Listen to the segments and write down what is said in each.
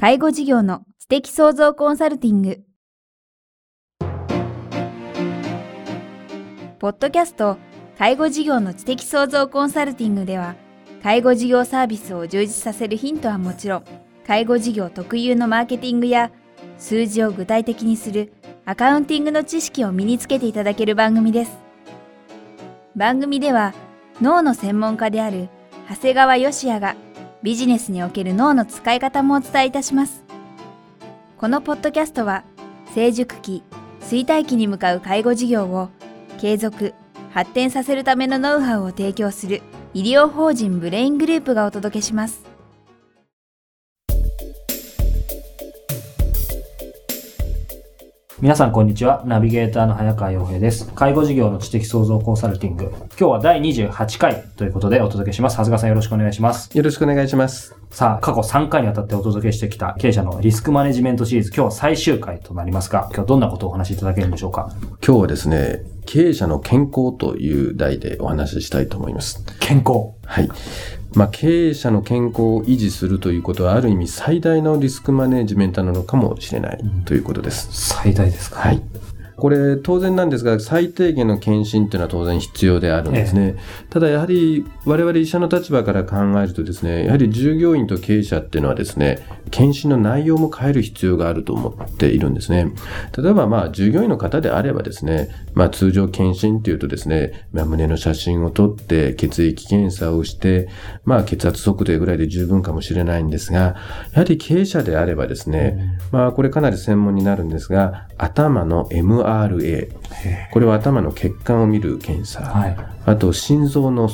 介護事業の知的創造コンサルティング。ポッドキャスト介護事業の知的創造コンサルティングでは、介護事業サービスを充実させるヒントはもちろん、介護事業特有のマーケティングや数字を具体的にするアカウンティングの知識を身につけていただける番組です。番組では脳の専門家である長谷川芳也がビジネスにおける脳の使い方もお伝えいたします。このポッドキャストは成熟期、衰退期に向かう介護事業を継続、発展させるためのノウハウを提供する医療法人ブレイングループがお届けします。 皆さんこんにちは。ナビゲーターの早川洋平です。介護事業の知的創造コンサルティング。今日は第28回ということでお届けします。長谷川さんよろしくお願いします。 よろしくお願いします。 さあ、過去3回にわたってお届けしてきた経営者のリスクマネジメントシリーズ、今日は最終回となりますが、今日どんなことをお話しいただけるんでしょうか。 今日はですね、経営者の健康という題でお話ししたいと思います。 健康。 はい。経営者の健康を維持するということはある意味最大のリスクマネジメントなのかもしれないということです。 最大ですか。 はい。これ当然なんですが、最低限の検診というのは当然必要であるんですね。ただやはり我々医者の立場から考えるとですね、やはり従業員と経営者っていうのはですね、検診の内容も変える必要があると思っているんですね。例えば従業員の方であればですね、通常検診というとですね、胸の写真を撮って血液検査をして、血圧測定ぐらいで十分かもしれないんですが、やはり経営者であればですね、これかなり専門になるんですが、頭の MRA、これは頭の血管を見る検査、はい、あと心臓の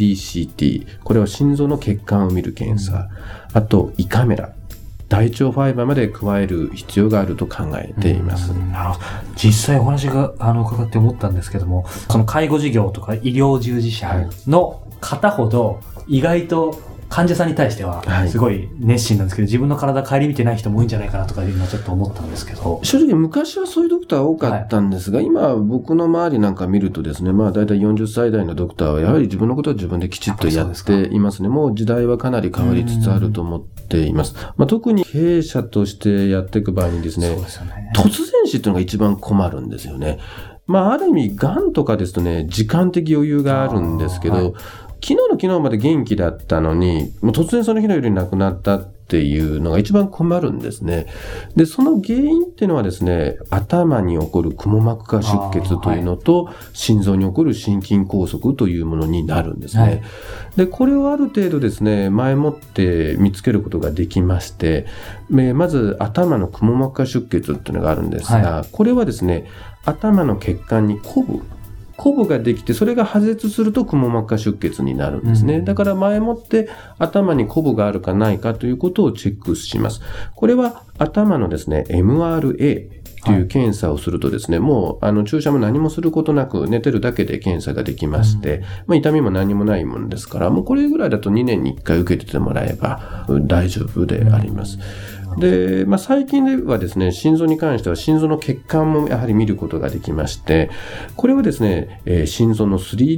3DCT、 これは心臓の血管を見る検査、あと胃カメラ、大腸ファイバーまで加える必要があると考えています。 なるほど。実際お話が伺って思ったんですけども、その介護事業とか医療従事者の方ほど意外と患者さんに対してはすごい熱心なんですけど、自分の体顧みてない人も多いんじゃないかなとか今ちょっと思ったんですけど。 正直昔はそういうドクター多かったんですが、今僕の周りなんか見るとですね、だいたい40歳代のドクターはやはり自分のことは自分できちっとやっていますね。もう時代はかなり変わりつつあると思っています。特に経営者としてやっていく場合にですね、突然死っていうのが一番困るんですよね。ある意味癌とかですとね、時間的余裕があるんですけど、昨日まで元気だったのに、もう突然その日の夜に亡くなったっていうのが一番困るんですね。で、その原因っていうのはですね、頭に起こるくも膜下出血というのと、心臓に起こる心筋梗塞というものになるんですね。で、これをある程度ですね、前もって見つけることができまして、まず頭のくも膜下出血っていうのがあるんですが、これはですね、頭の血管にコブができて、それが破裂するとくも膜下出血になるんですね。だから前もって頭にコブがあるかないかということをチェックします。これは頭のですね、MRA という検査をするとですね、もう注射も何もすることなく寝てるだけで検査ができまして、痛みも何もないものですから、もうこれぐらいだと2年に1回受けててもらえば大丈夫であります。で、最近ではですね、心臓に関しては心臓の血管もやはり見ることができまして、これはですね、心臓の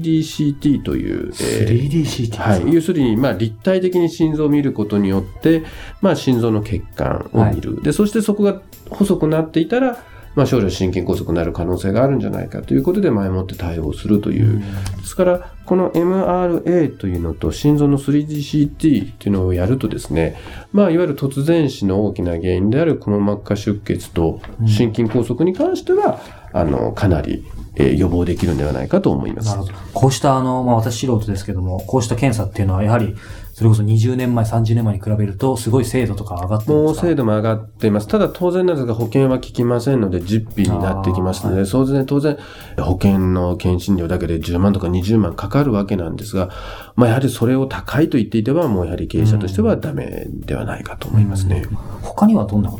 3DCT という、 3DCT、 はい、要するに立体的に心臓を見ることによって、心臓の血管を見る。で、そしてそこが細くなっていたら、将来心筋梗塞になる可能性があるんじゃないかということで前もって対応するという。ですから、この MRA というのと心臓の 3DCT というのをやるとですね、いわゆる突然死の大きな原因であるくも膜下出血と心筋梗塞に関しては、かなり予防できるんではないかと思います。 なるほど。こうした私素人ですけども、こうした検査っていうのはやはりそれこそ20年前、30年前に比べるとすごい精度とか上がってるんですか？ もう精度も上がっています。ただ当然なんですが保険は効きませんので実費になってきますので、当然保険の検診料だけで10万とか20万かかるわけなんですが、やはりそれを高いと言っていてはもうやはり経営者としてはダメではないかと思いますね。 他にはどんなことが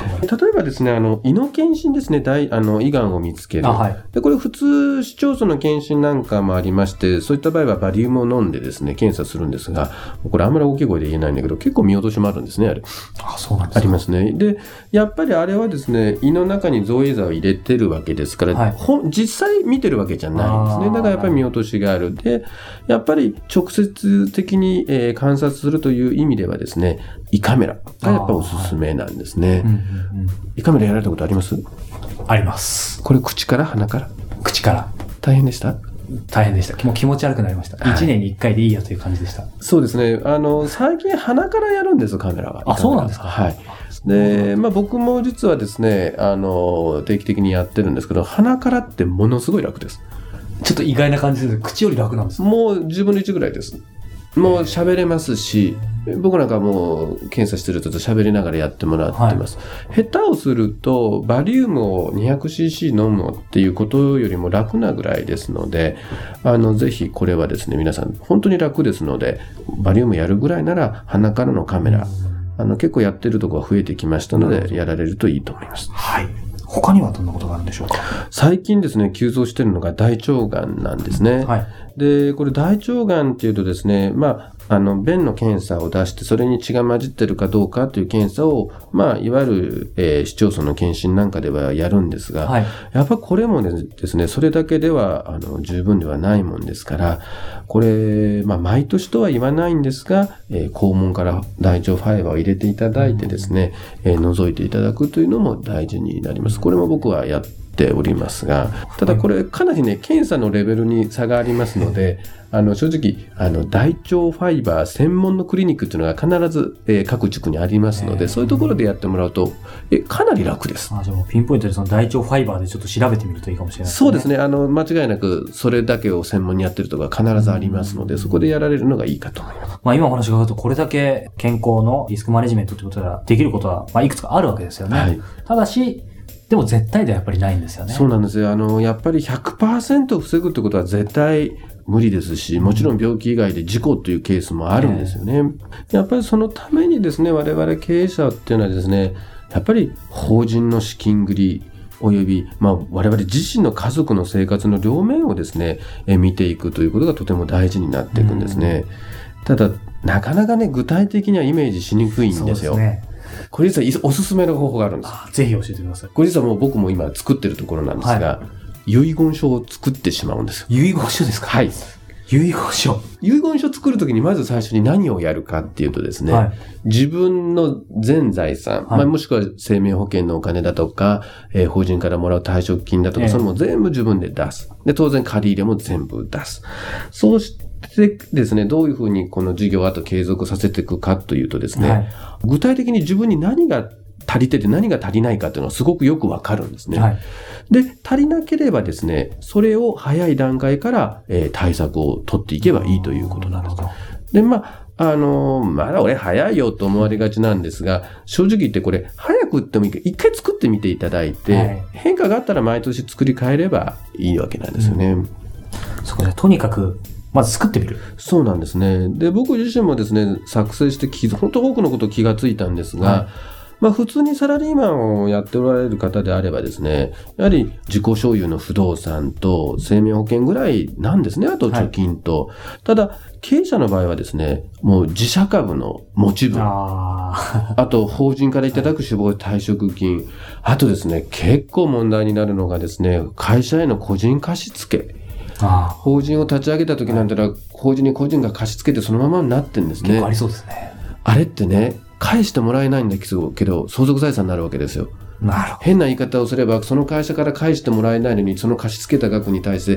例えばですね、胃の検診ですね、胃がんを見つける。 はい、 でこれ普通、市町村の検診なんかもありまして、そういった場合はバリウムを飲んでですね、検査するんですが、これあんまり大きい声で言えないんだけど、結構見落としもあるんですね、あれ。 そうなんですか。 ありますね。で、やっぱりあれはですね、胃の中に造影剤を入れてるわけですから、はい、実際見てるわけじゃないんですね。だからやっぱり見落としがある。で、やっぱり直接的に、観察するという意味ではですね、胃カメラがやっぱおすすめなんですね。胃カメラやられたことあります？ あります。 これ口から鼻から？ 口から。 大変でした？ 大変でした。もう気持ち悪くなりました。1年に1回でいいやという感じでした。 そうですね。最近鼻からやるんですよ、カメラは。 そうなんですか？ はい。で、僕も実はですね、定期的にやってるんですけど、鼻からってものすごい楽です。 ちょっと意外な感じですけど、口より楽なんですか？ もう10分の1ぐらいです。もう喋れますし、僕なんかもう検査してると喋りながらやってもらってます。はい、下手をすると、バリウムを 200cc 飲むっていうことよりも楽なぐらいですので、ぜひこれはですね、皆さん本当に楽ですので、バリウムやるぐらいなら鼻からのカメラ、結構やってるところが増えてきましたので、やられるといいと思います。 はい。他にはどんなことがあるんでしょうか？ 最近ですね、急増しているのが大腸がんなんですね。はい。で、これ大腸がんっていうとですね、便の検査を出して、それに血が混じってるかどうかという検査を、いわゆる、市町村の検診なんかではやるんですが、はい、やっぱこれもですね、それだけでは、十分ではないもんですから、これ、毎年とは言わないんですが、肛門から大腸ファイバーを入れていただいてですね、覗いていただくというのも大事になります。これも僕はやっておりますが、ただこれかなりね、検査のレベルに差がありますので、正直、大腸ファイバー専門のクリニックっていうのが必ず、各地区にありますので、そういうところでやってもらうと、かなり楽です。 じゃあもうピンポイントでその大腸ファイバーでちょっと調べてみるといいかもしれないですね。 そうですね。間違いなく、それだけを専門にやってるところが必ずありますので、そこでやられるのがいいかと思います。 今お話があると、これだけ健康のリスクマネジメントということができることは、いくつかあるわけですよね。はい、ただし、でも絶対ではやっぱりないんですよね。 そうなんですよ。やっぱり 100% 防ぐってことは絶対無理ですし、もちろん病気以外で事故というケースもあるんですよね。やっぱりそのためにですね、我々経営者っていうのはですね、やっぱり法人の資金繰り、および、我々自身の家族の生活の両面をですね、見ていくということがとても大事になっていくんですね。ただ、なかなかね、具体的にはイメージしにくいんですよ。そうですね。これ実はおすすめの方法があるんです。 ぜひ教えてください。 これ実はもう僕も今作ってるところなんですが、遺言書を作ってしまうんですよ。 遺言書ですか？ はい。 遺言書。 遺言書作るときにまず最初に何をやるかっていうとですね、自分の全財産、もしくは生命保険のお金だとか、法人からもらう退職金だとか、それも全部自分で出す。で、当然借り入れも全部出す。そうしてですね、どういうふうにこの事業をあと継続させていくかというとですね、具体的に自分に何が足りてて何が足りないかっていうのはすごくよくわかるんですね。で、足りなければですね、それを早い段階から、対策を取っていけばいいということなんです。で、まだ俺早いよと思われがちなんですが、正直言ってこれ早くってもいいけど、一回作ってみていただいて、変化があったら毎年作り変えればいいわけなんですよね。 そこでとにかくまず作ってみる。 そうなんですね。で、僕自身もですね、作成して本当多くのこと気がついたんですが、普通にサラリーマンをやっておられる方であればですね、やはり自己所有の不動産と生命保険ぐらいなんですね。あと貯金と。ただ、経営者の場合はですね、もう自社株の持ち分。あと、法人からいただく死亡退職金。あとですね、結構問題になるのがですね、会社への個人貸付。法人を立ち上げた時なんてのは、法人に個人が貸し付けてそのままになってるんですね。 結構ありそうですね。 あれってね、返してもらえないんだけど、相続財産になるわけですよ。 なるほど。 変な言い方をすれば、その会社から返してもらえないのに、その貸し付けた額に対して、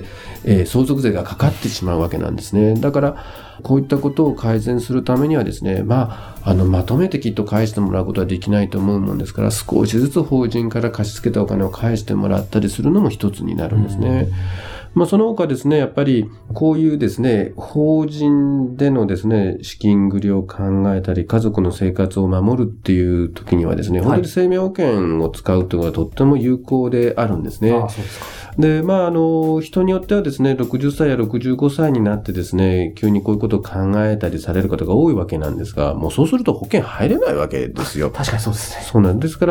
相続税がかかってしまうわけなんですね。だから、こういったことを改善するためにはですね、まとめてきっと返してもらうことはできないと思うもんですから、少しずつ法人から貸し付けたお金を返してもらったりするのも一つになるんですね。その他ですね、やっぱりこういうですね、法人でのですね、資金繰りを考えたり、家族の生活を守るっていう時にはですね、本当に生命保険を使うというのはとっても有効であるんですね。 そうですか。 で、人によってはですね、60歳や65歳になってですね、急にこういうことを考えたりされる方が多いわけなんですが、もうそうすると保険入れないわけですよ。 確かにそうですね。 そうなんですから、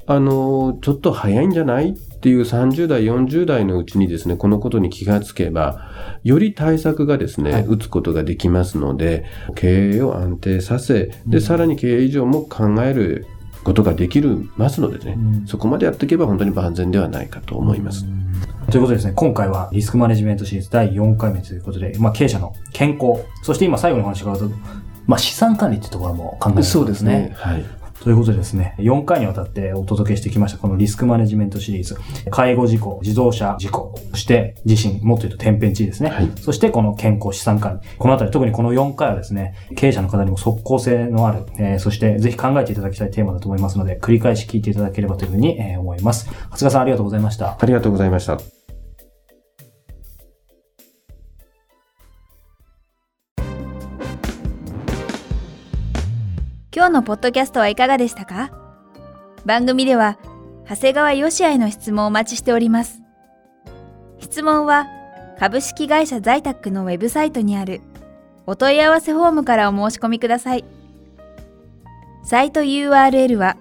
ちょっと早いんじゃないっていう30代、40代のうちにですね、このことに気がつけば、より対策がですね、打つことができますので、経営を安定させ、で、さらに経営以上も考えることができますのでね、そこまでやっていけば本当に万全ではないかと思います。 ということでですね、今回はリスクマネジメントシリーズ第4回目ということで、経営者の健康、そして今最後にお話があると、資産管理っていうところも考えてますね。 そうですね。はい。 ということでですね、4回にわたってお届けしてきましたこのリスクマネジメントシリーズ、介護事故、自動車事故、そして地震、もっと言うと天変地異ですね。はい、そしてこの健康資産管理。このあたり、特にこの4回はですね、経営者の方にも即効性のある、そしてぜひ考えていただきたいテーマだと思いますので、繰り返し聞いていただければというふうに思います。長谷川さんありがとうございました。 ありがとうございました。 今日のポッドキャストはいかがでしたか？番組では長谷川よしあへの質問をお待ちしております。質問は株式会社在宅のウェブサイトにあるお問い合わせフォームからお申し込みください。サイト URL は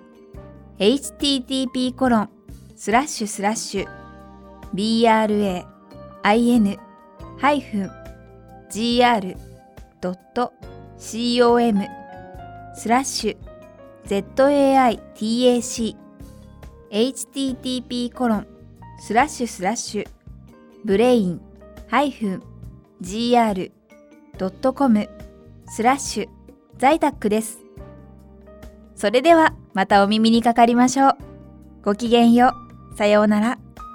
brain-zaitac.com/在宅です。それではまたお耳にかかりましょう。ごきげんよう。さようなら。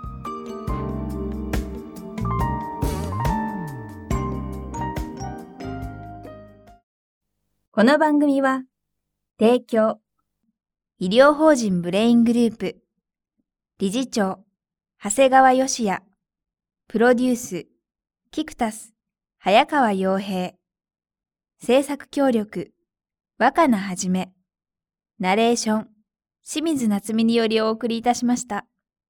この番組は提供医療法人ブレイングループ理事長長谷川芳也プロデュースキクタス早川洋平制作協力若菜はじめナレーション清水夏美によりお送りいたしました。